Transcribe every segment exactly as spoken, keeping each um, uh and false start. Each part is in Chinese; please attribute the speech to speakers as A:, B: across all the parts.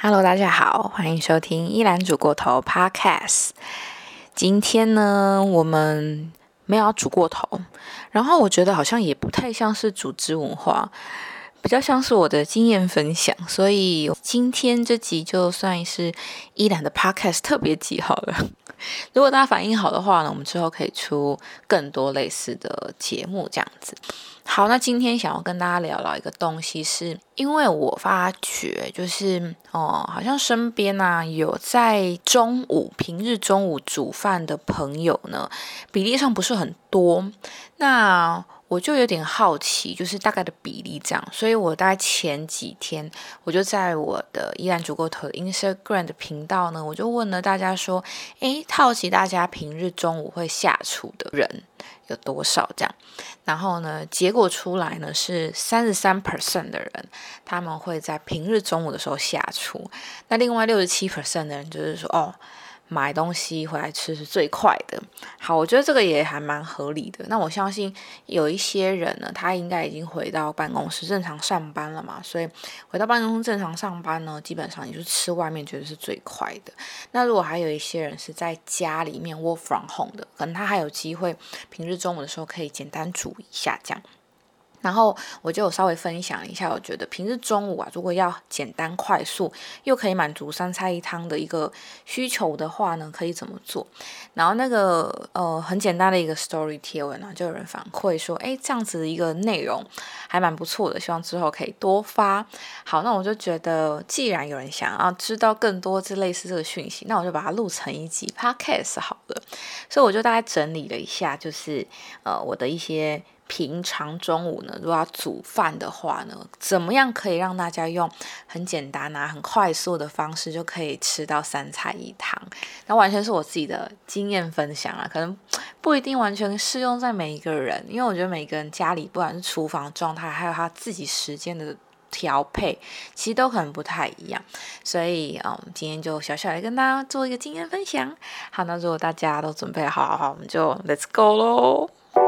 A: Hello， 大家好，欢迎收听依兰煮过头 Podcast。今天呢，我们没有要煮过头，然后我觉得好像也不太像是组织文化，比较像是我的经验分享，所以今天这集就算是依兰的 Podcast 特别集好了。如果大家反应好的话呢，我们之后可以出更多类似的节目这样子。好，那今天想要跟大家聊聊一个东西是，是因为我发觉就是哦，好像身边啊有在中午平日中午煮饭的朋友呢，比例上不是很多。那我就有点好奇，就是大概的比例这样，所以我大概前几天我就在我的依然煮过头的 Instagram 的频道呢，我就问了大家说，诶，好奇大家平日中午会下厨的人有多少这样，然后呢，结果出来呢是 百分之三十三 的人他们会在平日中午的时候下厨，那另外 百分之六十七 的人就是说哦，买东西回来吃是最快的。好，我觉得这个也还蛮合理的。那我相信有一些人呢，他应该已经回到办公室正常上班了嘛，所以回到办公室正常上班呢，基本上也就是吃外面觉得是最快的。那如果还有一些人是在家里面 work from home 的，可能他还有机会平日中午的时候可以简单煮一下这样。然后我就有稍微分享一下，我觉得平日中午啊，如果要简单快速又可以满足三菜一汤的一个需求的话呢，可以怎么做？然后那个呃很简单的一个 story 贴文啊，就有人反馈说，哎，这样子的一个内容还蛮不错的，希望之后可以多发。好，那我就觉得，既然有人想要知道更多之类似这个讯息，那我就把它录成一集 podcast 好了。所以我就大概整理了一下，就是呃我的一些。平常中午呢，如果要煮饭的话呢，怎么样可以让大家用很简单啊、很快速的方式就可以吃到三菜一汤？那完全是我自己的经验分享啊，可能不一定完全适用在每一个人，因为我觉得每个人家里不管是厨房状态，还有他自己时间的调配，其实都可能不太一样。所以嗯，今天就小小来跟大家做一个经验分享。好，那如果大家都准备好好好，我们就 Let's go 咯。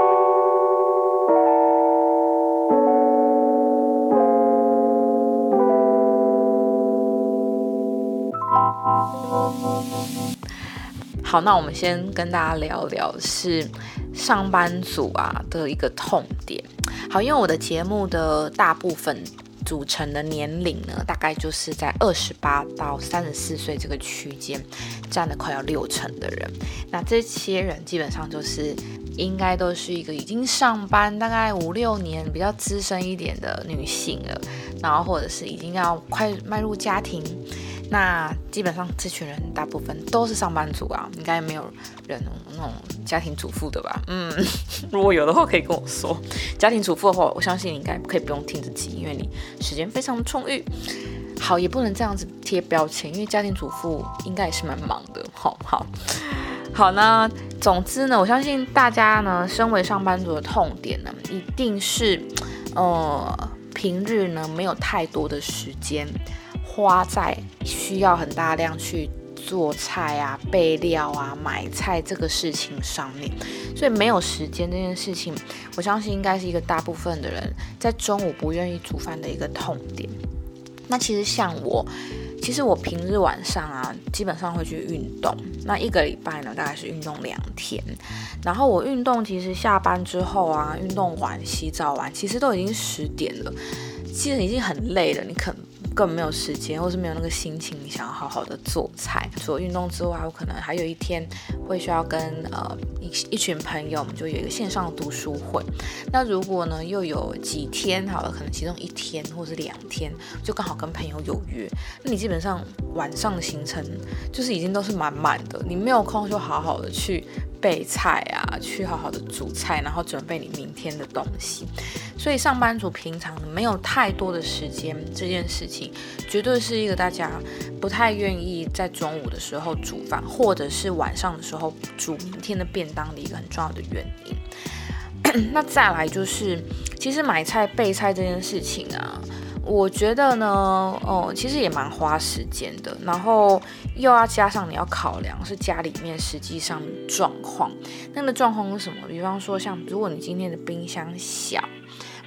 A: 好，那我们先跟大家聊聊是上班族啊的一个痛点。好，因为我的节目的大部分组成的年龄呢，大概就是在二十八到三十四岁这个区间，占了快要六成的人。那这些人基本上就是应该都是一个已经上班大概五六年、比较资深一点的女性了，然后或者是已经要快迈入家庭。那基本上这群人大部分都是上班族啊，应该没有人那种家庭主妇的吧？嗯，如果有的话可以跟我说。家庭主妇的话，我相信你应该可以不用听这集，因为你时间非常的充裕。好，也不能这样子贴标签，因为家庭主妇应该也是蛮忙的。好好好，那总之呢，我相信大家呢，身为上班族的痛点呢，一定是呃平日呢没有太多的时间。花在需要很大量去做菜啊、备料啊、买菜这个事情上面，所以没有时间这件事情，我相信应该是一个大部分的人在中午不愿意煮饭的一个痛点。那其实像我，其实我平日晚上啊，基本上会去运动，那一个礼拜呢，大概是运动两天。然后我运动其实下班之后啊，运动完、洗澡完，其实都已经十点了，其实已经很累了，你可能根本没有时间，或是没有那个心情，你想要好好的做菜。除了运动之外，我可能还有一天会需要跟呃一一群朋友，我们就有一个线上的读书会。那如果呢又有几天好了，可能其中一天或是两天，就刚好跟朋友有约，那你基本上晚上的行程就是已经都是满满的，你没有空就好好的去备菜啊，去好好的煮菜，然后准备你明天的东西。所以上班族平常没有太多的时间，这件事情绝对是一个大家不太愿意在中午的时候煮饭，或者是晚上的时候煮明天的便当的一个很重要的原因。那再来就是，其实买菜备菜这件事情啊，我觉得呢，哦，其实也蛮花时间的，然后又要加上你要考量是家里面实际上的状况。那个状况是什么？比方说，像如果你今天的冰箱小，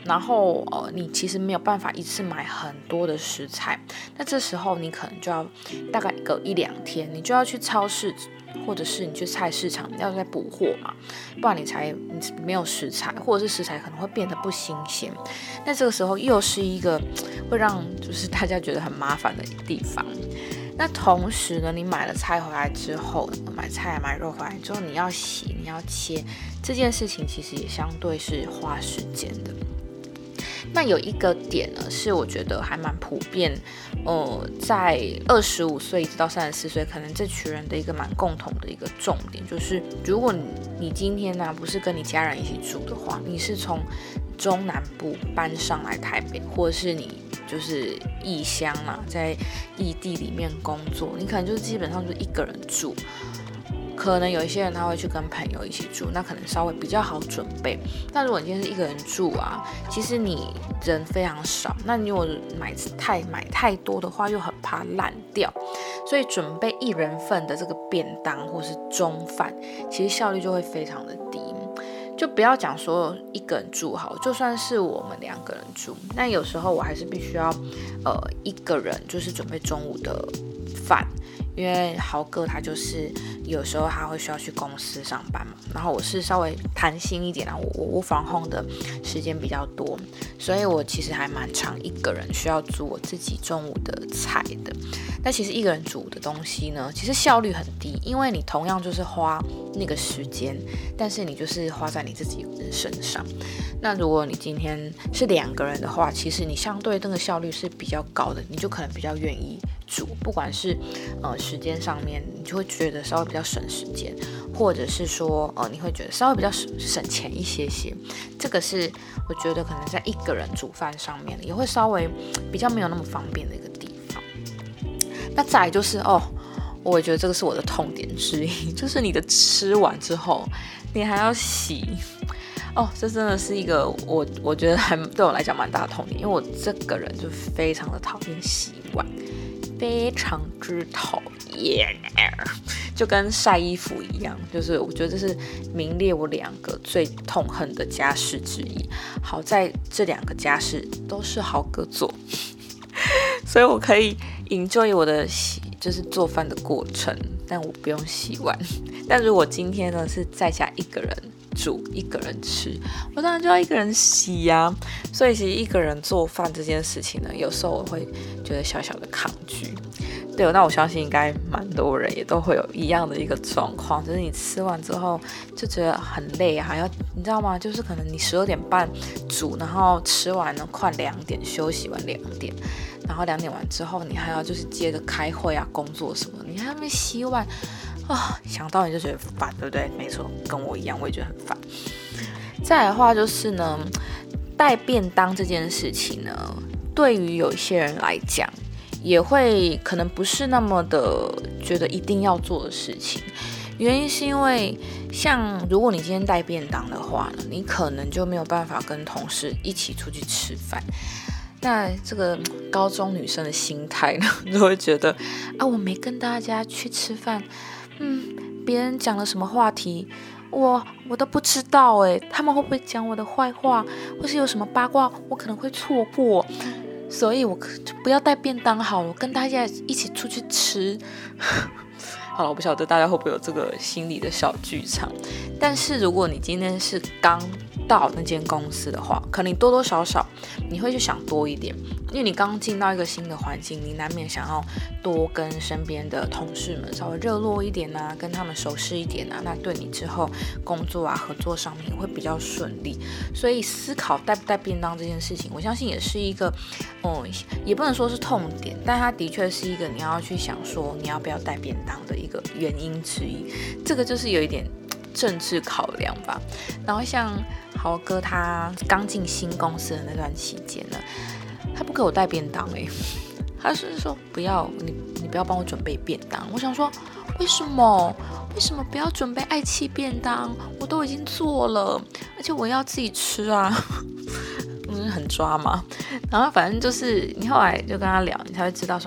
A: 然后呃，你其实没有办法一次买很多的食材，那这时候你可能就要大概隔一两天，你就要去超市或者是你去菜市场要再补货嘛，不然你才你没有食材，或者是食材可能会变得不新鲜。那这个时候又是一个会让就是大家觉得很麻烦的地方。那同时呢，你买了菜回来之后，买菜买肉回来之后，你要洗，你要切，这件事情其实也相对是花时间的。那有一个点呢，是我觉得还蛮普遍，呃，在二十五岁一直到三十四岁，可能这群人的一个蛮共同的一个重点，就是如果你你今天呢、啊、不是跟你家人一起住的话，你是从中南部搬上来台北，或者是你就是异乡嘛，在异地里面工作，你可能就是基本上就是一个人住。可能有一些人他会去跟朋友一起住，那可能稍微比较好准备。那如果你今天是一个人住啊，其实你人非常少，那你如果买太买太多的话，又很怕烂掉，所以准备一人份的这个便当或是中饭，其实效率就会非常的低。就不要讲说一个人住好，就算是我们两个人住，那有时候我还是必须要呃一个人就是准备中午的饭。因为豪哥他就是有时候他会需要去公司上班嘛，然后我是稍微弹性一点啊，我我 work from home 的时间比较多，所以我其实还蛮常一个人需要煮我自己中午的菜的。但其实一个人煮的东西呢，其实效率很低，因为你同样就是花那个时间，但是你就是花在你自己人身上。那如果你今天是两个人的话，其实你相对那个效率是比较高的，你就可能比较愿意煮，不管是呃时间上面，你就会觉得稍微比较省时间，或者是说呃你会觉得稍微比较省省钱一些些。这个是我觉得可能在一个人煮饭上面也会稍微比较没有那么方便的一个地方。那再来就是哦，我也觉得这个是我的痛点之一，就是你的吃完之后，你还要洗。哦，这真的是一个我我觉得还对我来讲蛮大的痛点，因为我这个人就非常的讨厌洗碗，非常之讨厌，就跟晒衣服一样，就是我觉得这是名列我两个最痛恨的家事之一。好在这两个家事都是豪哥做，所以我可以 enjoy 我的洗就是做饭的过程，但我不用洗碗。但如果今天呢是在家一个人煮一个人吃，我当然就要一个人洗呀、啊。所以其实一个人做饭这件事情呢，有时候我会觉得小小的抗拒。对，那我相信应该蛮多人也都会有一样的一个状况，就是你吃完之后就觉得很累啊，还要你知道吗？就是可能你十二点半煮，然后吃完呢快两点，休息完两点，然后两点完之后你还要就是接着开会啊、工作什么，你还要那边洗碗。啊、哦，想到你就觉得烦，对不对？没错，跟我一样，我也觉得很烦。再来的话就是呢，带便当这件事情呢，对于有一些人来讲，也会可能不是那么的觉得一定要做的事情。原因是因为，像如果你今天带便当的话呢，你可能就没有办法跟同事一起出去吃饭。那这个高中女生的心态呢，就会觉得啊，我没跟大家去吃饭。嗯，别人讲了什么话题，我我都不知道哎，他们会不会讲我的坏话，或是有什么八卦，我可能会错过，所以我就不要带便当好了，我跟大家一起出去吃。好了，我不晓得大家会不会有这个心理的小剧场，但是如果你今天是刚到那间公司的话，可能多多少少你会去想多一点，因为你刚进到一个新的环境，你难免想要多跟身边的同事们稍微热络一点啊，跟他们熟识一点啊，那对你之后工作啊合作上面会比较顺利。所以思考带不带便当这件事情，我相信也是一个嗯，也不能说是痛点，但它的确是一个你要去想说你要不要带便当的一个原因之一。这个就是有一点政治考量吧。然后像豪哥他刚进新公司的那段期间呢，他不给我带便当哎、欸，他是说不要你你不要帮我准备便当。我想说为什么为什么不要准备爱妻便当？我都已经做了，而且我要自己吃啊。嗯，很抓嘛。然后反正就是你后来就跟他聊，你才会知道说哦，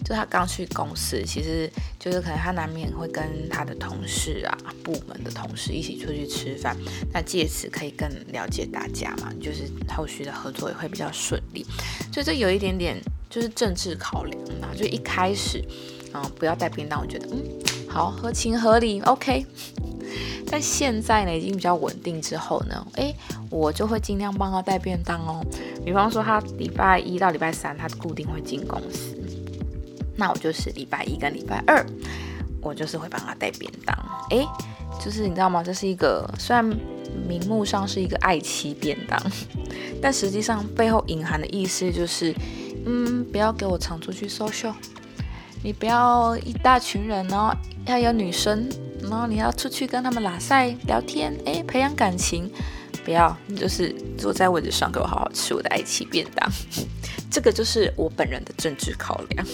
A: 就他刚去公司，其实就是可能他难免会跟他的同事啊、部门的同事一起出去吃饭，那借此可以更了解大家嘛，就是后续的合作也会比较顺利。所以这有一点点就是政治考量嘛，就一开始，嗯，不要带便当，我觉得嗯好合情合理 ，OK。但现在呢，已经比较稳定之后呢，哎，我就会尽量帮他带便当哦。比方说，他礼拜一到礼拜三，他固定会进公司，那我就是礼拜一跟礼拜二，我就是会帮他带便当。哎，就是你知道吗？这是一个虽然名目上是一个爱妻便当，但实际上背后隐含的意思就是，嗯，不要给我常出去 social， 你不要一大群人哦，要有女生。然后你要出去跟他们拉塞聊天，哎，培养感情，不要，你就是坐在位置上给我好好吃我的爱妻便当，这个就是我本人的政治考量。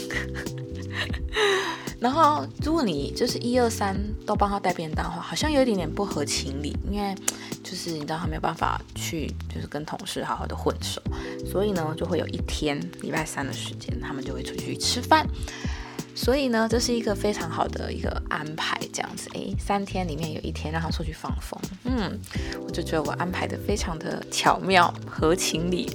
A: 然后如果你就是一二三都帮他带便当的话，好像有一点点不合情理，因为就是你知道他没有办法去就是跟同事好好的混熟，所以呢就会有一天礼拜三的时间，他们就会出去吃饭。所以呢，这是一个非常好的一个安排，这样子，诶，三天里面有一天让他出去放风，嗯，我就觉得我安排的非常的巧妙，合情理。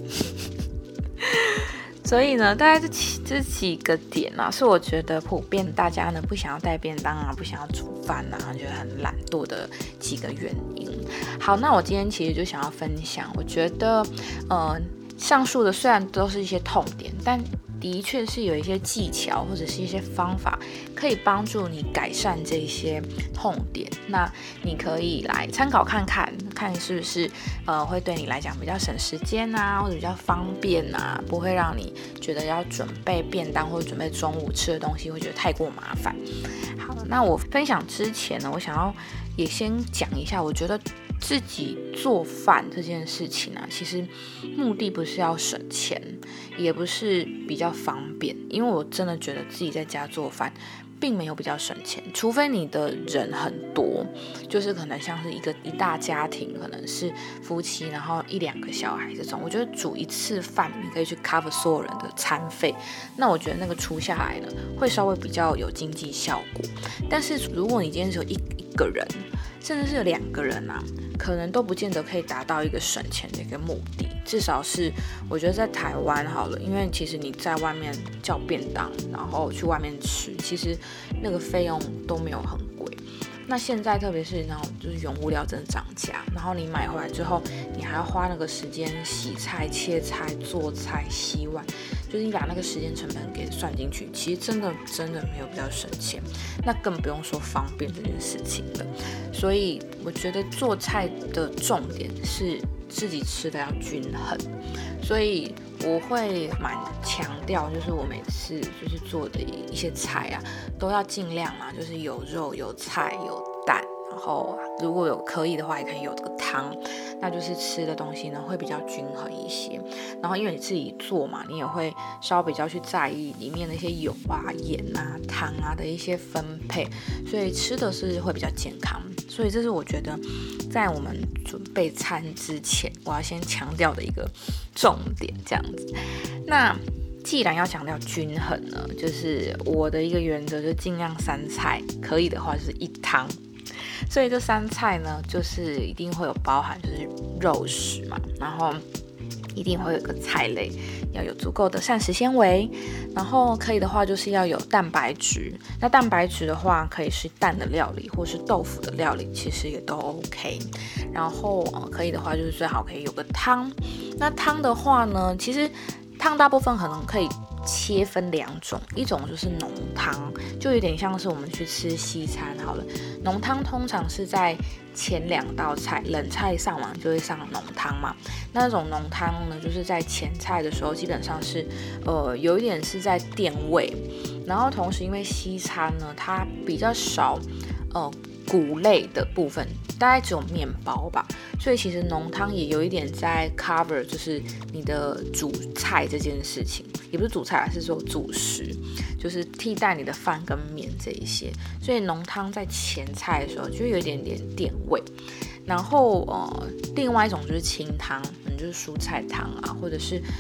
A: 所以呢，大概这几这几个点啊，是我觉得普遍大家呢不想要带便当啊，不想要煮饭啊，觉得很懒惰的几个原因。好，那我今天其实就想要分享，我觉得，呃，上述的虽然都是一些痛点，但的确是有一些技巧或者是一些方法可以帮助你改善这些痛点，那你可以来参考看看，看是不是呃会对你来讲比较省时间啊，或者比较方便啊，不会让你觉得要准备便当或者准备中午吃的东西会觉得太过麻烦。好，那我分享之前呢，我想要也先讲一下，我觉得自己做饭这件事情啊，其实目的不是要省钱，也不是比较方便，因为我真的觉得自己在家做饭并没有比较省钱，除非你的人很多，就是可能像是一个一大家庭，可能是夫妻，然后一两个小孩这种，我觉得煮一次饭你可以去 cover 所有人的餐费，那我觉得那个出下来呢，会稍微比较有经济效果。但是如果你今天只有一一个人，甚至是两个人啊，可能都不见得可以达到一个省钱的一个目的。至少是我觉得在台湾好了，因为其实你在外面叫便当，然后去外面吃，其实那个费用都没有很贵。那现在特别是那种就是原物料真的涨价，然后你买回来之后，你还要花那个时间洗菜、切菜、做菜、洗碗，就是你把那个时间成本给算进去，其实真的真的没有比较省钱，那更不用说方便这件事情了。所以我觉得做菜的重点是自己吃的要均衡，所以我会蛮强调，就是我每次就是做的一些菜啊，都要尽量啊，就是有肉、有菜、有蛋，然后如果有可以的话，也可以有这个汤，那就是吃的东西呢会比较均衡一些。然后因为你自己做嘛，你也会稍微比较去在意里面的一些油啊、盐啊、糖啊的一些分配，所以吃的是会比较健康。所以这是我觉得在我们准备餐之前，我要先强调的一个重点，这样子。那既然要强调均衡呢，就是我的一个原则，就尽量三菜，可以的话就是一汤。所以这三菜呢，就是一定会有包含就是肉食嘛，然后一定会有一个菜类，要有足够的膳食纤维，然后可以的话就是要有蛋白质。那蛋白质的话，可以是蛋的料理或是豆腐的料理，其实也都 OK。然后、呃、可以的话就是最好可以有个汤。那汤的话呢，其实汤大部分可能可以切分两种，一种就是浓汤，就有点像是我们去吃西餐好了。浓汤通常是在前两道菜，冷菜上完就会上浓汤嘛。那种浓汤呢，就是在前菜的时候，基本上是呃有一点是在垫胃，然后同时因为西餐呢，它比较少呃谷类的部分，大概只有面包吧，所以其实浓汤也有一点在 cover 就是你的主菜这件事情，也不是主菜，是说主食，就是替代你的饭跟面这一些，所以浓汤在前菜的时候就有一点点垫胃。然后呃，另外一种就是清汤，嗯，就是蔬菜汤啊，或者是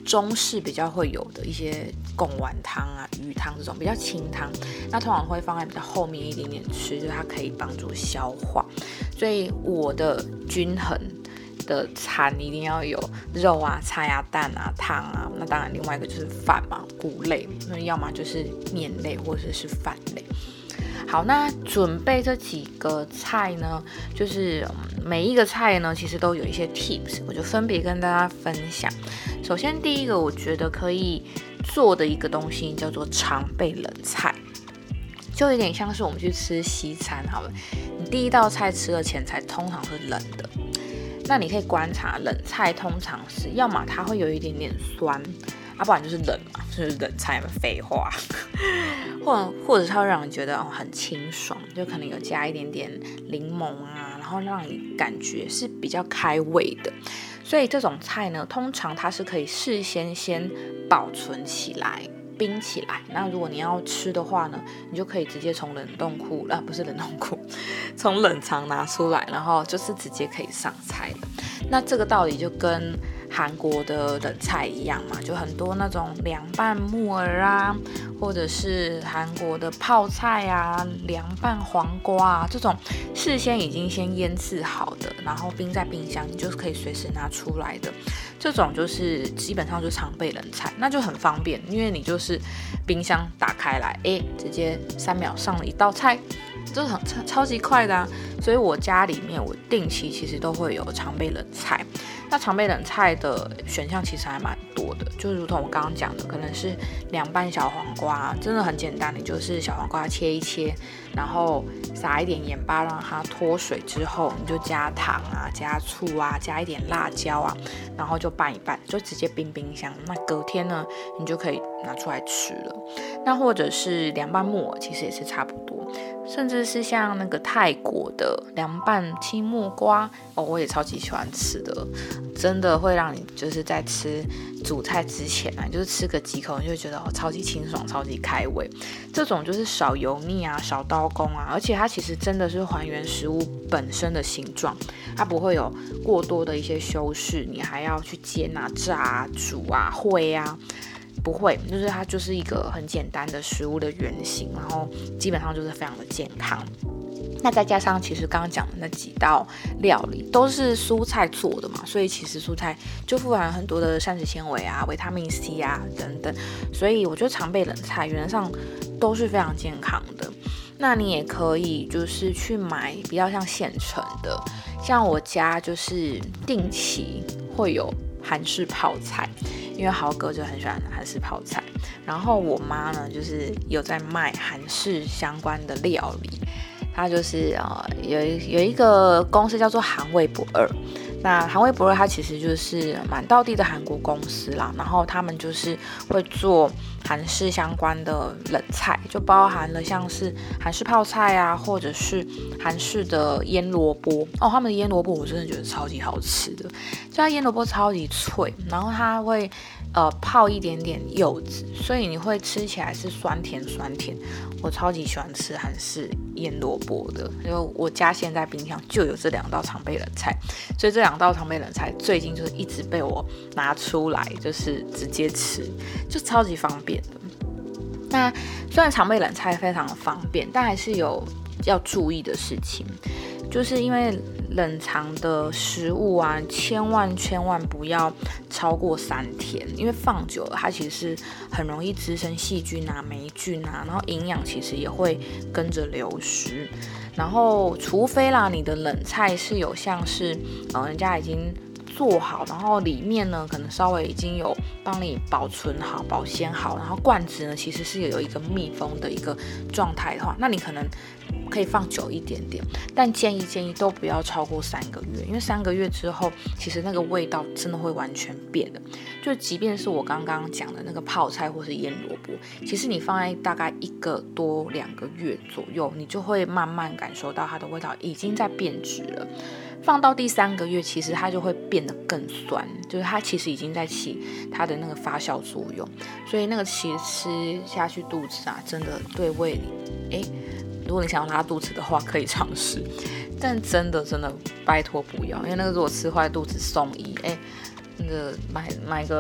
A: 中式比较会有的一些贡丸汤啊、鱼汤这种比较清汤，那通常会放在比较后面一点点吃，就是它可以帮助消化。所以我的均衡的餐一定要有肉啊、菜啊、蛋啊、汤啊，那当然另外一个就是饭嘛，谷类，那要么就是面类或者是饭类。好，那准备这几个菜呢，就是、嗯、每一个菜呢，其实都有一些 tips， 我就分别跟大家分享。首先第一个我觉得可以做的一个东西叫做常备冷菜，就有点像是我们去吃西餐好了，你第一道菜吃了前菜通常是冷的，那你可以观察冷菜通常是要么它会有一点点酸，啊，不然就是冷嘛，就是冷菜嘛，废话。或或者它会让人觉得、哦、很清爽，就可能有加一点点柠檬啊，然后让你感觉是比较开胃的。所以这种菜呢，通常它是可以事先先保存起来、冰起来。那如果你要吃的话呢，你就可以直接从冷冻库啊，不是冷冻库，从冷藏拿出来，然后就是直接可以上菜了。那这个道理就跟韩国的冷菜一样嘛，就很多那种凉拌木耳啊，或者是韩国的泡菜啊、凉拌黄瓜啊，这种事先已经先腌制好的，然后冰在冰箱，你就可以随时拿出来的，这种就是基本上就是常备冷菜，那就很方便，因为你就是冰箱打开来，哎，直接三秒上了一道菜，就是很超级快的啊。所以我家里面我定期其实都会有常备冷菜。那常备冷菜的选项其实还蛮多的，就如同我刚刚讲的，可能是凉拌小黄瓜，真的很简单，你就是小黄瓜切一切，然后撒一点盐巴让它脱水之后，你就加糖啊、加醋啊、加一点辣椒啊，然后就拌一拌，就直接冰冰箱。那隔天呢，你就可以拿出来吃了。那或者是凉拌木耳，其实也是差不多。甚至是像那个泰国的凉拌青木瓜哦，我也超级喜欢吃的，真的会让你就是在吃主菜之前啊，就是吃个几口你就觉得、哦、超级清爽、超级开胃。这种就是少油腻啊、少刀工啊，而且它其实真的是还原食物本身的形状，它不会有过多的一些修饰，你还要去煎啊、炸啊、煮啊、烩啊。不会，就是它就是一个很简单的食物的原型，然后基本上就是非常的健康。那再加上其实刚刚讲的那几道料理都是蔬菜做的嘛，所以其实蔬菜就富含很多的膳食纤维啊、维他命 C 啊等等，所以我觉得常备冷菜原则上都是非常健康的。那你也可以就是去买比较像现成的，像我家就是定期会有韩式泡菜，因为豪哥就很喜欢韩式泡菜，然后我妈呢就是有在卖韩式相关的料理，它就是呃有有一个公司叫做韩味不二，那韩味不二它其实就是蛮道地的韩国公司啦，然后他们就是会做韩式相关的冷菜，就包含了像是韩式泡菜啊，或者是韩式的腌萝卜哦，他们的腌萝卜我真的觉得超级好吃的，就它腌萝卜超级脆，然后它会呃泡一点点柚子，所以你会吃起来是酸甜酸甜。我超级喜欢吃韩式腌萝卜的，因为我家现在冰箱就有这两道常备冷菜，所以这两道常备冷菜最近就是一直被我拿出来，就是直接吃，就超级方便的。那虽然常备冷菜非常的方便，但还是有要注意的事情，就是因为冷藏的食物啊，千万千万不要超过三天，因为放久了它其实是很容易滋生细菌啊、霉菌啊，然后营养其实也会跟着流失。然后除非啦，你的冷菜是有像是呃人家已经做好，然后里面呢可能稍微已经有帮你保存好、保鲜好，然后罐子呢其实是有一个密封的一个状态的话，那你可能可以放久一点点，但建议建议都不要超过三个月，因为三个月之后，其实那个味道真的会完全变的。就即便是我刚刚讲的那个泡菜或是腌萝卜，其实你放在大概一个多两个月左右，你就会慢慢感受到它的味道已经在变质了。放到第三个月，其实它就会变得更酸，就是它其实已经在起它的那个发酵作用，所以那个其实吃下去肚子啊，真的对胃里，哎，如果你想要拉肚子的话，可以尝试，但真的真的拜托不要，因为那个如果吃坏肚子送医，哎，那个买买个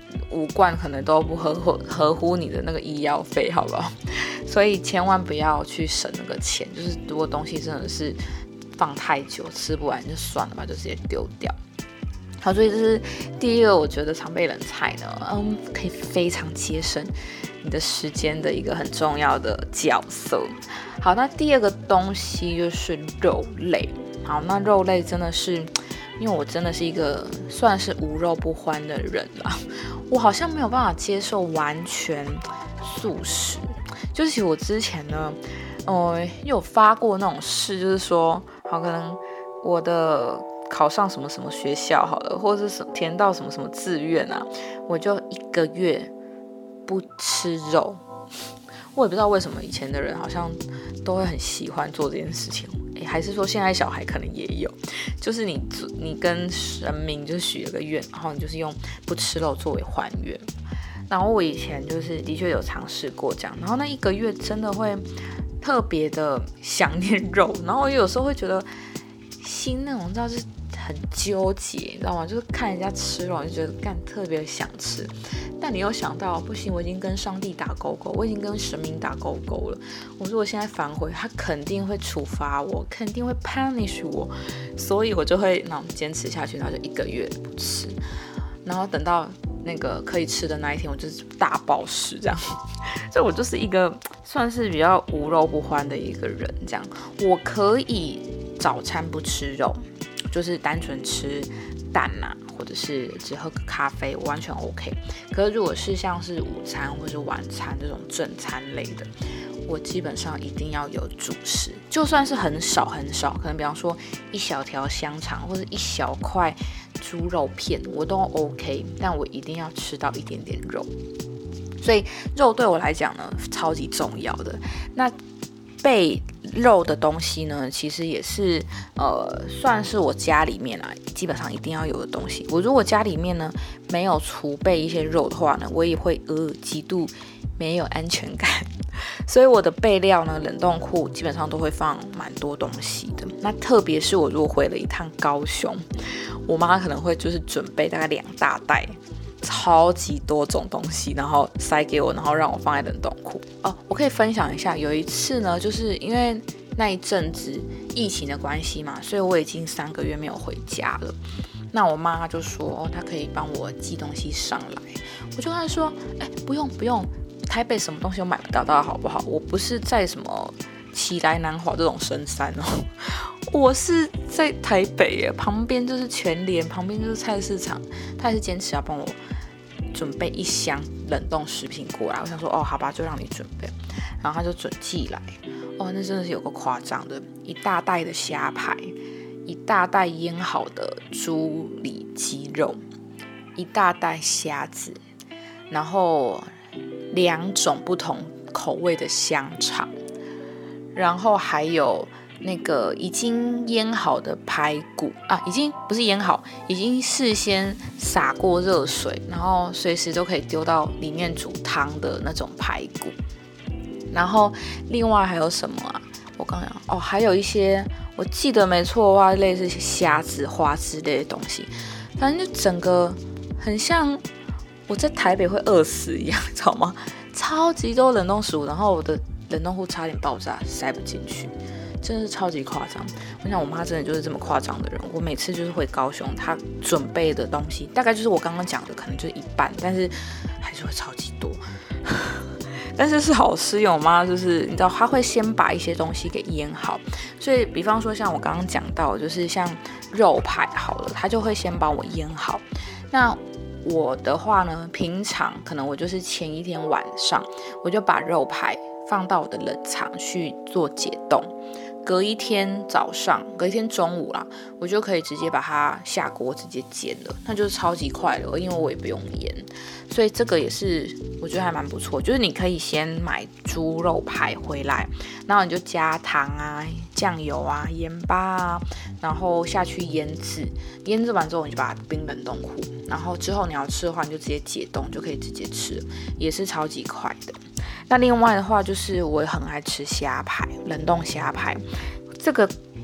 A: 五罐可能都不合乎合乎你的那个医药费，好不好？所以千万不要去省那个钱，就是如果东西真的是放太久吃不完就算了吧，就直接丢掉。好，所以这是第一个，我觉得常备冷菜呢，嗯，可以非常节省你的时间的一个很重要的角色。好，那第二个东西就是肉类。好，那肉类真的是，因为我真的是一个算是无肉不欢的人啦，我好像没有办法接受完全素食。就是其实我之前呢，呃，有发过那种誓，就是说，好，可能我的考上什么什么学校好了，或者是填到什么什么志愿啊，我就一个月不吃肉。我也不知道为什么以前的人好像都会很喜欢做这件事情，诶，还是说现在小孩可能也有，就是你你跟神明就是许了个愿，然后你就是用不吃肉作为还愿。然后我以前就是的确有尝试过这样，然后那一个月真的会特别的想念肉，然后有时候会觉得心那种你知道就是很纠结，你知道吗？就是看人家吃肉，你就觉得干特别想吃，但你又想到不行，我已经跟上帝打勾勾，我已经跟神明打勾勾了。我说我现在反悔，他肯定会处罚我，肯定会 punish 我，所以我就会那种坚持下去，然后就一个月不吃，然后等到那个可以吃的那一天，我就是大暴食这样。所以我就是一个算是比较无肉不欢的一个人，这样我可以早餐不吃肉，就是单纯吃蛋啊，或者是只喝个咖啡，我完全 OK。可是如果是像是午餐或者晚餐这种正餐类的，我基本上一定要有主食，就算是很少很少，可能比方说一小条香肠或者一小块猪肉片，我都 OK， 但我一定要吃到一点点肉。所以肉对我来讲呢，超级重要的。那备肉的东西呢，其实也是呃，算是我家里面啊，基本上一定要有的东西。我如果家里面呢没有储备一些肉的话呢，我也会呃极度没有安全感。所以我的备料呢，冷冻库基本上都会放蛮多东西的。那特别是我如果回了一趟高雄，我妈可能会就是准备大概两大袋。超级多种东西，然后塞给我，然后让我放在冷冻库。哦，我可以分享一下，有一次呢，就是因为那一阵子疫情的关系嘛，所以我已经三个月没有回家了。那我妈就说，哦，她可以帮我寄东西上来，我就跟她说，哎，不用不用，台北什么东西都买不到，大家好不好？我不是在什么奇来南华这种深山哦。我是在台北耶，旁边就是全联，旁边就是菜市场，他还是坚持要帮我准备一箱冷冻食品过来。我想说，哦，好吧，就让你准备，然后他就准寄来。哦，那真的是有个夸张的，一大袋的虾排，一大袋腌好的猪里脊肉，一大袋虾子，然后两种不同口味的香肠，然后还有那个已经腌好的排骨啊，已经不是腌好，已经事先洒过热水，然后随时都可以丢到里面煮汤的那种排骨。然后另外还有什么啊？我刚刚哦，还有一些我记得没错的话，类似虾子、花之类的东西，反正就整个很像我在台北会饿死一样，知道吗？超级多冷冻食物，然后我的冷冻库差点爆炸，塞不进去。真的是超级夸张，我想我妈真的就是这么夸张的人。我每次就是回高雄，她准备的东西大概就是我刚刚讲的，可能就是一半，但是还是会超级多。但是是好吃，因为我妈就是你知道，她会先把一些东西给腌好，所以比方说像我刚刚讲到，就是像肉排好了，她就会先帮我腌好。那我的话呢，平常可能我就是前一天晚上，我就把肉排放到我的冷藏去做解冻。隔一天早上，隔一天中午啦，我就可以直接把它下锅直接煎了，那就是超级快了，因为我也不用腌，所以这个也是我觉得还蛮不错。就是你可以先买猪肉排回来，然后你就加糖啊、酱油啊、盐巴啊，然后下去腌制，腌制完之后你就把它冰冷冻库，然后之后你要吃的话，你就直接解冻就可以直接吃，也是超级快的。那另外的话就是我很爱吃虾排，冷冻虾排，这个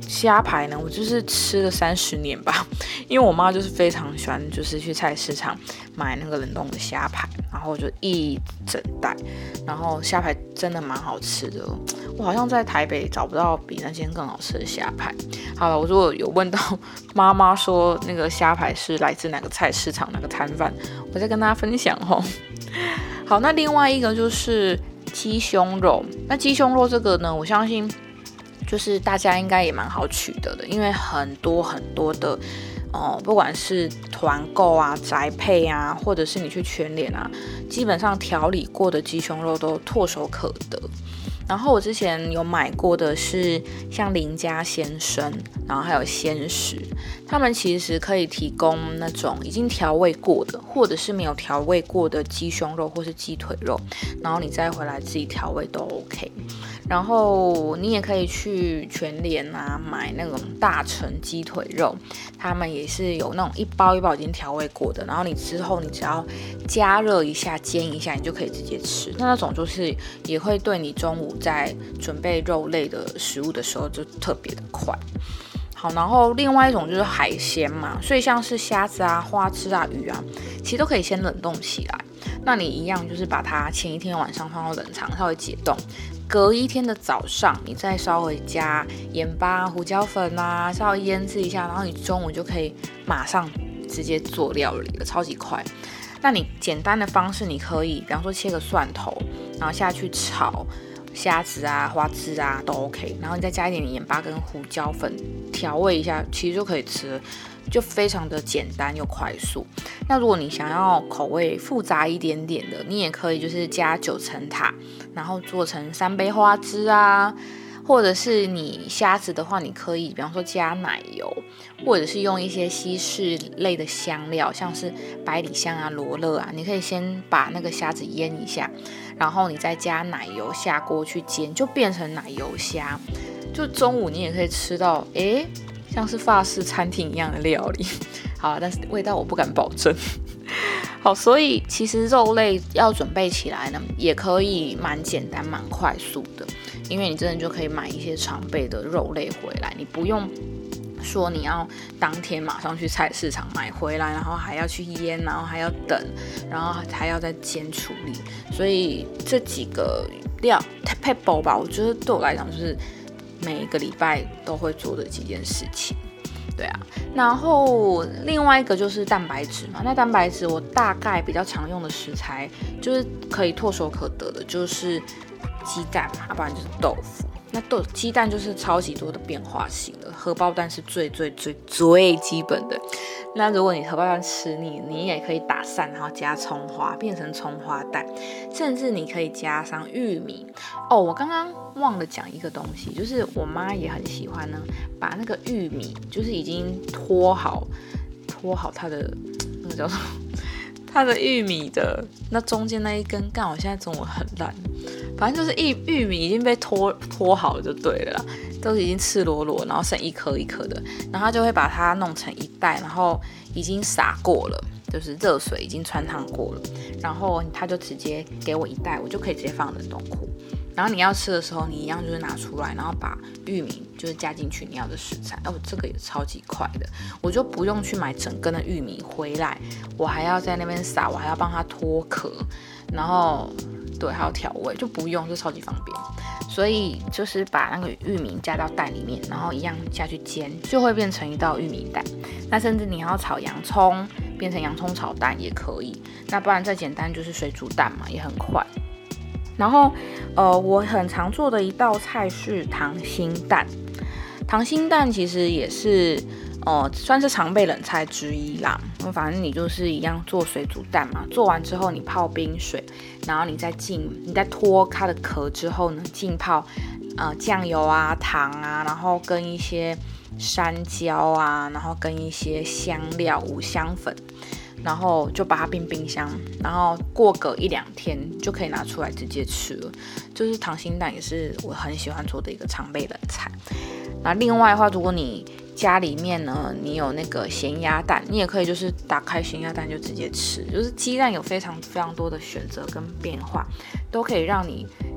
A: 虾排呢，我就是吃了三十年吧，因为我妈就是非常喜欢，就是去菜市场买那个冷冻的虾排，然后就一整袋，然后虾排真的蛮好吃的，我好像在台北找不到比那间更好吃的虾排。好了，我如果有问到妈妈说那个虾排是来自哪个菜市场哪个摊贩，我再跟大家分享吼。好，那另外一个就是鸡胸肉，那鸡胸肉这个呢，我相信就是大家应该也蛮好取得的，因为很多很多的哦、呃，不管是团购啊、宅配啊，或者是你去全联啊，基本上调理过的鸡胸肉都唾手可得。然后我之前有买过的是像林家先生，然后还有鲜食，他们其实可以提供那种已经调味过的，或者是没有调味过的鸡胸肉或是鸡腿肉，然后你再回来自己调味都 OK。然后你也可以去全联啊买那种大成鸡腿肉，他们也是有那种一包一包已经调味过的，然后你之后你只要加热一下煎一下，你就可以直接吃。那那种就是也会对你中午在准备肉类的食物的时候就特别的快。好，然后另外一种就是海鲜嘛，所以像是虾子啊、花枝啊、鱼啊，其实都可以先冷冻起来。那你一样就是把它前一天晚上放到冷藏，稍微解冻，隔一天的早上你再稍微加盐巴、胡椒粉啊，稍微腌制一下，然后你中午就可以马上直接做料理了，超级快。那你简单的方式，你可以比方说切个蒜头，然后下去炒虾子啊、花枝啊都 OK， 然后你再加一点盐巴跟胡椒粉调味一下，其实就可以吃了，就非常的简单又快速。那如果你想要口味复杂一点点的，你也可以就是加九层塔，然后做成三杯花枝啊，或者是你虾子的话，你可以比方说加奶油，或者是用一些西式类的香料，像是百里香啊、罗勒啊，你可以先把那个虾子腌一下，然后你再加奶油下锅去煎，就变成奶油虾。就中午你也可以吃到，诶，像是法式餐厅一样的料理。好，但是味道我不敢保证。好，所以其实肉类要准备起来呢，也可以蛮简单、蛮快速的，因为你真的就可以买一些常备的肉类回来，你不用说你要当天马上去菜市场买回来，然后还要去腌，然后还要等，然后还要再煎处理。所以这几个料 pebble 吧，我觉得对我来讲就是每一个礼拜都会做的几件事情。对啊，然后另外一个就是蛋白质嘛。那蛋白质我大概比较常用的食材，就是可以唾手可得的，就是鸡蛋嘛，要不然就是豆腐。那豆鸡蛋就是超级多的变化性的，荷包蛋是最最最最基本的。那如果你荷包蛋吃腻，你也可以打散，然后加葱花，变成葱花蛋，甚至你可以加上玉米。哦，我刚刚忘了讲一个东西，就是我妈也很喜欢呢，把那个玉米就是已经脱好，脱好它的那个叫什么？它的玉米的那中间那一根，干，我现在中文很烂，反正就是玉玉米已经被脱脱好了就对了啦，都已经赤裸裸，然后剩一颗一颗的，然后他就会把它弄成一袋，然后已经撒过了，就是热水已经穿烫过了，然后他就直接给我一袋，我就可以直接放冷冻库。然后你要吃的时候，你一样就是拿出来，然后把玉米就是加进去你要的食材。哦，这个也超级快的，我就不用去买整根的玉米回来，我还要在那边撒，我还要帮它脱壳，然后对，还有调味，就不用，就超级方便。所以就是把那个玉米加到蛋里面，然后一样下去煎，就会变成一道玉米蛋。那甚至你要炒洋葱，变成洋葱炒蛋也可以。那不然再简单就是水煮蛋嘛，也很快。然后，呃，我很常做的一道菜是溏心蛋。溏心蛋其实也是，呃，算是常备冷菜之一啦。反正你就是一样做水煮蛋嘛，做完之后你泡冰水，然后你再浸，你再脱它的壳之后呢，浸泡呃酱油啊、糖啊，然后跟一些山椒啊，然后跟一些香料、五香粉。然后就把它冰冰箱，然后过个一两天就可以拿出来直接吃了。就是溏心蛋也是我很喜欢做的一个常备冷菜。那另外的话，如果你家里面呢，你有那个咸鸭蛋，你也可以就是打开咸鸭蛋就直接吃。就是鸡蛋有非常非常多的选择跟变化，都可以让你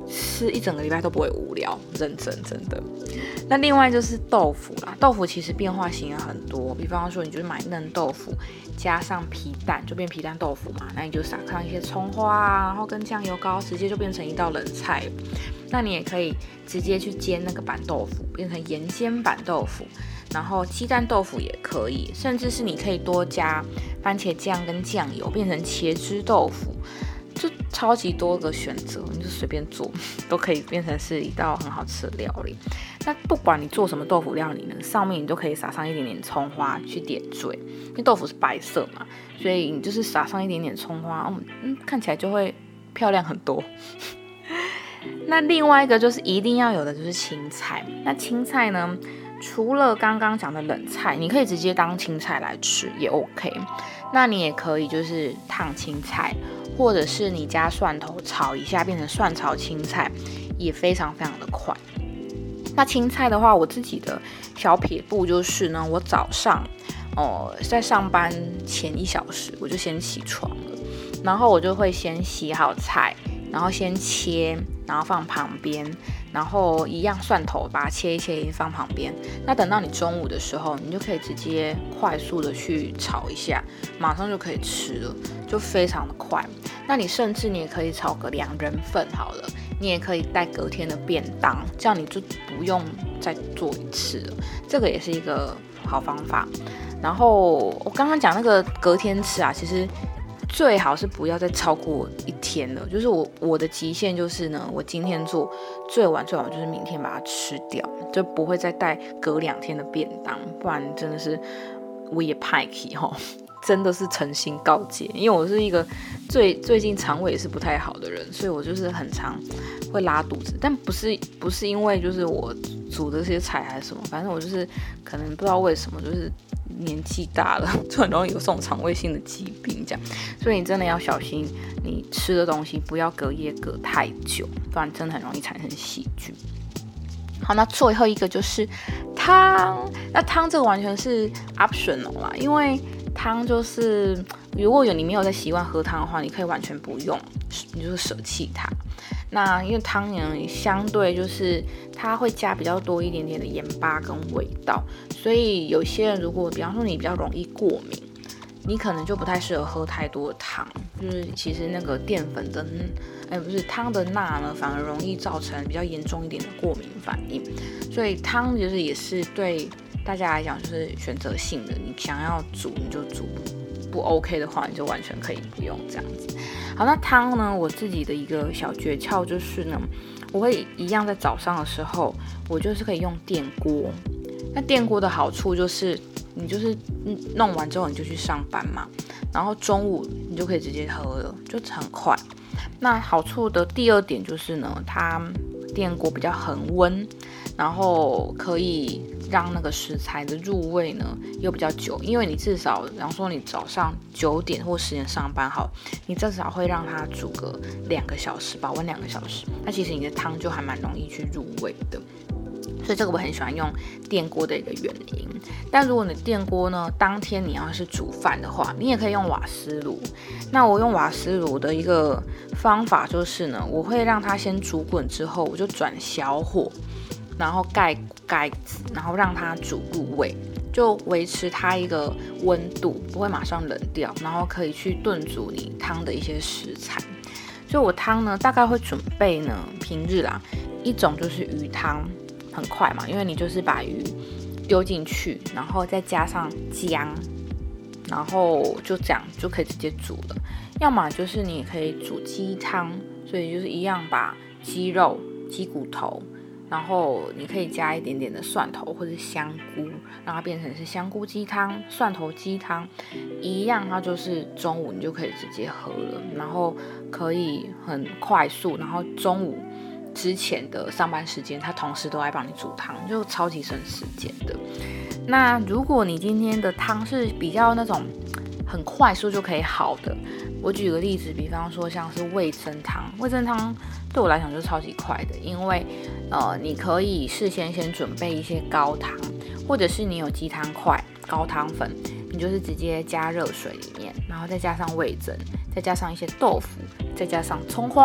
A: 吃一整个礼拜都不会无聊，认真真的。那另外就是豆腐啦，豆腐其实变化型也很多，比方说你就是买嫩豆腐，加上皮蛋就变皮蛋豆腐嘛，那你就撒上一些葱花啊，然后跟酱油膏，直接就变成一道冷菜了。那你也可以直接去煎那个板豆腐，变成盐煎板豆腐，然后鸡蛋豆腐也可以，甚至是你可以多加番茄酱跟酱油，变成茄汁豆腐。就超级多个选择，你就随便做，都可以变成是一道很好吃的料理。那不管你做什么豆腐料理呢，上面你都可以撒上一点点葱花去点缀，因为豆腐是白色嘛，所以你就是撒上一点点葱花，嗯，看起来就会漂亮很多。那另外一个就是一定要有的就是青菜，那青菜呢，除了刚刚讲的冷菜，你可以直接当青菜来吃也 OK。那你也可以就是烫青菜，或者是你加蒜头炒一下变成蒜炒青菜，也非常非常的快。那青菜的话，我自己的小撇步就是呢，我早上哦、呃、在上班前一小时我就先起床了，然后我就会先洗好菜，然后先切，然后放旁边，然后一样蒜头把它切一切放旁边。那等到你中午的时候，你就可以直接快速的去炒一下，马上就可以吃了，就非常的快。那你甚至你也可以炒个两人份好了，你也可以带隔天的便当，这样你就不用再做一次了，这个也是一个好方法。然后我刚刚讲那个隔天吃啊，其实最好是不要再超过一天了，就是我我的极限就是呢，我今天做最晚最晚就是明天把它吃掉，就不会再带隔两天的便当，不然真的是我也派气吼，真的是诚心告诫，因为我是一个最最近肠胃也是不太好的人，所以我就是很常会拉肚子，但不是不是因为就是我煮的这些菜还是什么，反正我就是可能不知道为什么就是年纪大了，就很容易有这种肠胃性的疾病这样，所以你真的要小心，你吃的东西不要隔夜隔太久，不然真的很容易产生细菌。好，那最后一个就是汤，那汤这个完全是 optional 啦，因为汤就是如果有你没有在习惯喝汤的话，你可以完全不用，你就是舍弃它。那因为汤呢相对就是它会加比较多一点点的盐巴跟味道，所以有些人如果比方说你比较容易过敏，你可能就不太适合喝太多的汤，就是其实那个淀粉的哎不是汤的钠呢，反而容易造成比较严重一点的过敏反应，所以汤就是也是对大家来讲就是选择性的，你想要煮你就煮，不 OK 的话你就完全可以不用这样子。好，那汤呢，我自己的一个小诀窍就是呢，我会一样在早上的时候，我就是可以用电锅。那电锅的好处就是，你就是弄完之后你就去上班嘛，然后中午你就可以直接喝了，就很快。那好处的第二点就是呢，它电锅比较恒温，然后可以让那个食材的入味呢又比较久，因为你至少，比方说你早上九点或十点上班好，你至少会让它煮个两个小时，保温两个小时，那其实你的汤就还蛮容易去入味的。所以这个我很喜欢用电锅的一个原因。但如果你电锅呢，当天你要是煮饭的话，你也可以用瓦斯炉。那我用瓦斯炉的一个方法就是呢，我会让它先煮滚之后，我就转小火，然后盖盖子，然后让它煮入味，就维持它一个温度，不会马上冷掉，然后可以去炖煮你汤的一些食材。所以我汤呢，大概会准备呢，平日啦，一种就是鱼汤。很快嘛，因为你就是把鱼丢进去，然后再加上姜，然后就这样就可以直接煮了。要么就是你可以煮鸡汤，所以就是一样把鸡肉、鸡骨头，然后你可以加一点点的蒜头或者香菇，让它变成是香菇鸡汤、蒜头鸡汤，一样它就是中午你就可以直接喝了，然后可以很快速，然后中午之前的上班时间，他同时都来帮你煮汤，就超级省时间的。那如果你今天的汤是比较那种很快速就可以好的，我举个例子，比方说像是味噌汤，味噌汤对我来讲就是超级快的，因为呃你可以事先先准备一些高汤，或者是你有鸡汤块、高汤粉，你就是直接加热水里面，然后再加上味噌，再加上一些豆腐，再加上葱花，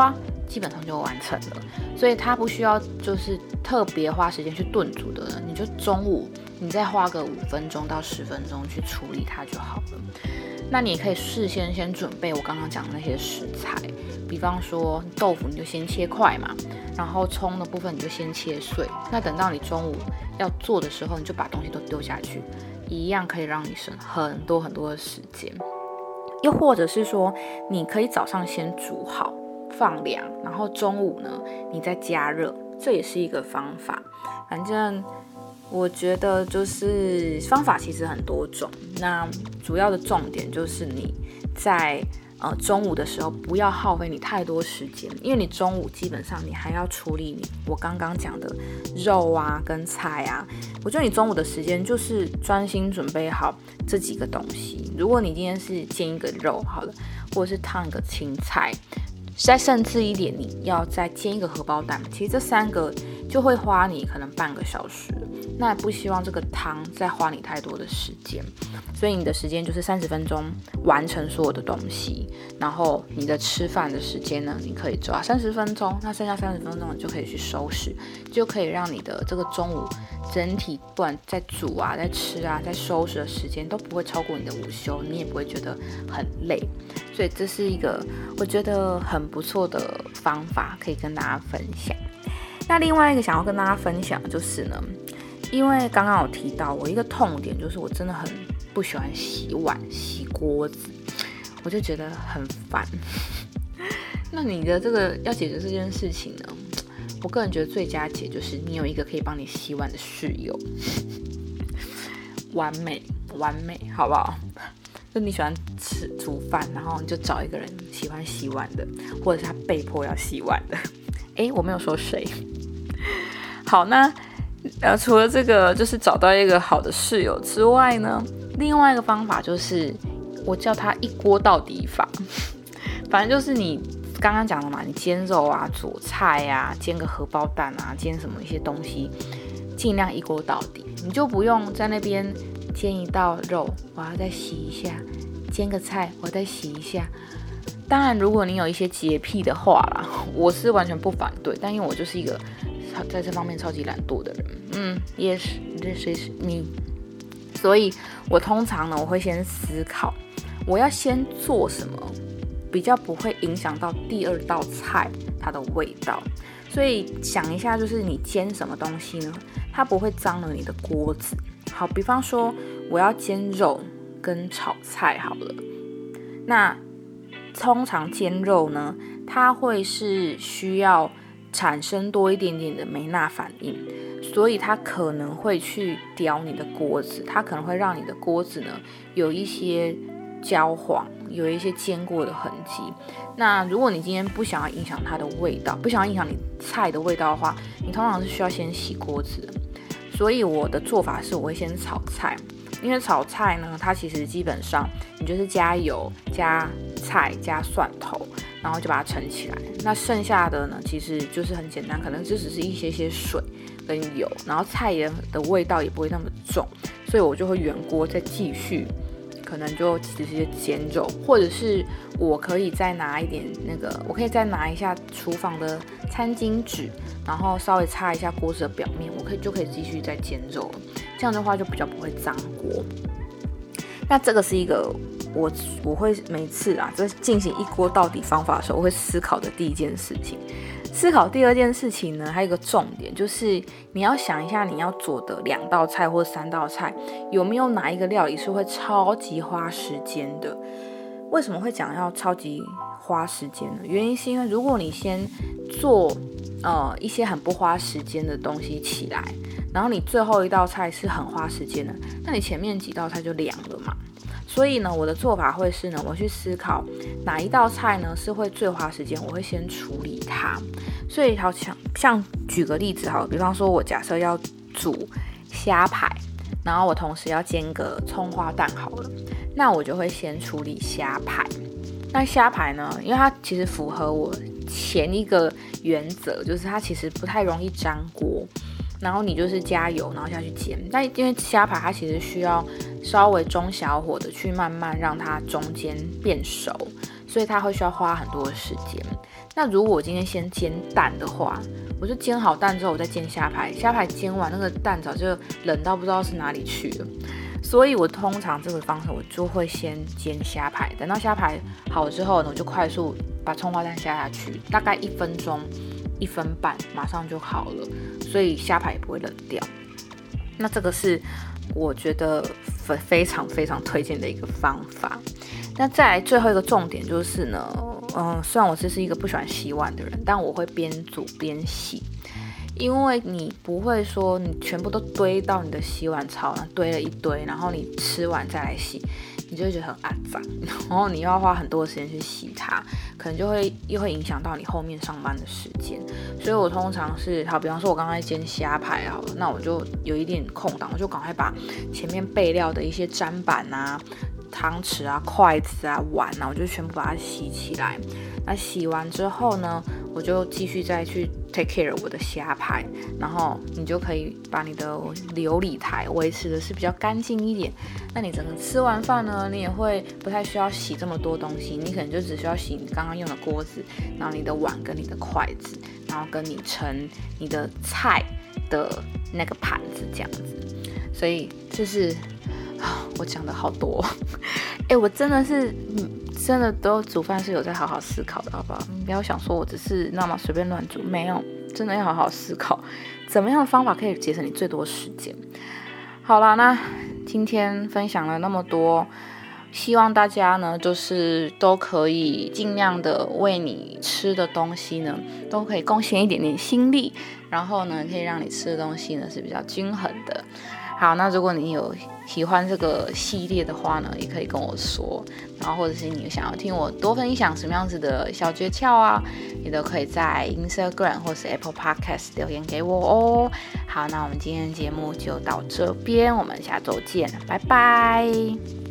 A: 基本上就完成了。所以它不需要就是特别花时间去炖煮的人，你就中午你再花个五分钟到十分钟去处理它就好了。那你也可以事先先准备我刚刚讲的那些食材，比方说豆腐你就先切块嘛，然后葱的部分你就先切碎。那等到你中午要做的时候，你就把东西都丢下去，一样可以让你省很多很多的时间。又或者是说，你可以早上先煮好放凉，然后中午呢你再加热，这也是一个方法。反正我觉得就是方法其实很多种，那主要的重点就是你在呃中午的时候不要耗费你太多时间，因为你中午基本上你还要处理你我刚刚讲的肉啊跟菜啊。我觉得你中午的时间就是专心准备好这几个东西。如果你今天是煎一个肉好了，或者是烫一个青菜，再甚至一点你要再煎一个荷包蛋，其实这三个就会花你可能半个小时，那也不希望这个汤再花你太多的时间，所以你的时间就是三十分钟完成所有的东西，然后你的吃饭的时间呢，你可以抓三十分钟，那剩下三十分钟你就可以去收拾，就可以让你的这个中午整体不管在煮啊、在吃啊、在收拾的时间都不会超过你的午休，你也不会觉得很累，所以这是一个我觉得很不错的方法，可以跟大家分享。那另外一个想要跟大家分享的就是呢，因为刚刚有提到我一个痛点就是我真的很不喜欢洗碗洗锅子，我就觉得很烦。那你的这个要解决这件事情呢，我个人觉得最佳解就是你有一个可以帮你洗碗的室友，完美完美，好不好？就你喜欢吃煮饭，然后你就找一个人喜欢洗碗的，或者是他被迫要洗碗的。诶，我没有说谁。好，那呃，除了这个就是找到一个好的室友之外呢，另外一个方法就是我叫它一锅到底法。反正就是你刚刚讲的嘛，你煎肉啊、煮菜啊、煎个荷包蛋啊、煎什么一些东西，尽量一锅到底，你就不用在那边煎一道肉，我要再洗一下；煎个菜，我要再洗一下。当然，如果你有一些洁癖的话啦，我是完全不反对。但因为我就是一个在这方面超级懒惰的人，嗯 ，yes this is me。所以我通常呢，我会先思考我要先做什么，比较不会影响到第二道菜它的味道。所以想一下，就是你煎什么东西呢？它不会脏了你的锅子。好，比方说我要煎肉跟炒菜好了，那通常煎肉呢，它会是需要产生多一点点的梅纳反应，所以它可能会去雕你的锅子，它可能会让你的锅子呢有一些焦黄，有一些煎过的痕迹。那如果你今天不想要影响它的味道，不想要影响你菜的味道的话，你通常是需要先洗锅子的。所以我的做法是我会先炒菜，因为炒菜呢，它其实基本上你就是加油、加菜、加蒜头，然后就把它盛起来。那剩下的呢，其实就是很简单，可能就只是一些些水跟油，然后菜的味道也不会那么重，所以我就会原锅再继续，可能就直接煎肉，或者是我可以再拿一点那个，我可以再拿一下厨房的餐巾纸，然后稍微擦一下锅子的表面，我可以就可以继续再煎肉了。这样的话就比较不会脏锅。那这个是一个我我会每次啊在进行一锅到底方法的时候，我会思考的第一件事情。思考第二件事情呢，还有一个重点就是你要想一下，你要做的两道菜或三道菜，有没有哪一个料理是会超级花时间的？为什么会讲要超级花时间呢？原因是因为如果你先做呃一些很不花时间的东西起来，然后你最后一道菜是很花时间的，那你前面几道菜就凉了嘛。所以呢，我的做法会是呢，我去思考哪一道菜呢是会最花时间，我会先处理它。所以好像像举个例子好了，比方说我假设要煮虾排，然后我同时要煎个葱花蛋好了，那我就会先处理虾排。那虾排呢，因为它其实符合我前一个原则，就是它其实不太容易粘锅。然后你就是加油，然后下去煎。但因为虾排它其实需要稍微中小火的去慢慢让它中间变熟，所以它会需要花很多的时间。 那如果我今天先煎蛋的话，我就煎好蛋之后，我再煎虾排，虾排煎完那个蛋早就冷到不知道是哪里去了。所以我通常这个方式，我就会先煎虾排，等到虾排好之后呢，我就快速把葱花蛋下下去，大概一分钟、一分半，马上就好了，所以虾排也不会冷掉。那这个是我觉得非常非常推荐的一个方法。那再来最后一个重点就是呢，嗯，虽然我这是一个不喜欢洗碗的人，但我会边煮边洗。因为你不会说你全部都堆到你的洗碗槽，堆了一堆，然后你吃完再来洗，你就会觉得很肮脏，然后你又要花很多的时间去洗它，可能就会又会影响到你后面上班的时间。所以我通常是，好，比方说我刚刚在煎虾排好了，那我就有一点空档，我就赶快把前面备料的一些砧板啊、汤匙啊、筷子啊、碗啊，我就全部把它洗起来。那洗完之后呢，我就继续再去 take care 我的虾排，然后你就可以把你的琉璃台维持的是比较干净一点。那你整个吃完饭呢，你也会不太需要洗这么多东西，你可能就只需要洗你刚刚用的锅子，然后你的碗跟你的筷子，然后跟你盛你的菜的那个盘子这样子。所以这是我讲的好多，哎、欸，我真的是，嗯，真的都煮饭是有在好好思考的，好不好？你不要想说我只是那么随便乱煮，没有，真的要好好思考，怎么样的方法可以节省你最多时间。好啦，那今天分享了那么多，希望大家呢，就是都可以尽量的为你吃的东西呢，都可以贡献一点点心力，然后呢，可以让你吃的东西呢是比较均衡的。好，那如果你有喜欢这个系列的话呢，也可以跟我说，然后或者是你想要听我多分享什么样子的小诀窍啊，你都可以在 Instagram 或是 Apple Podcast 留言给我哦。好，那我们今天的节目就到这边，我们下周见，拜拜。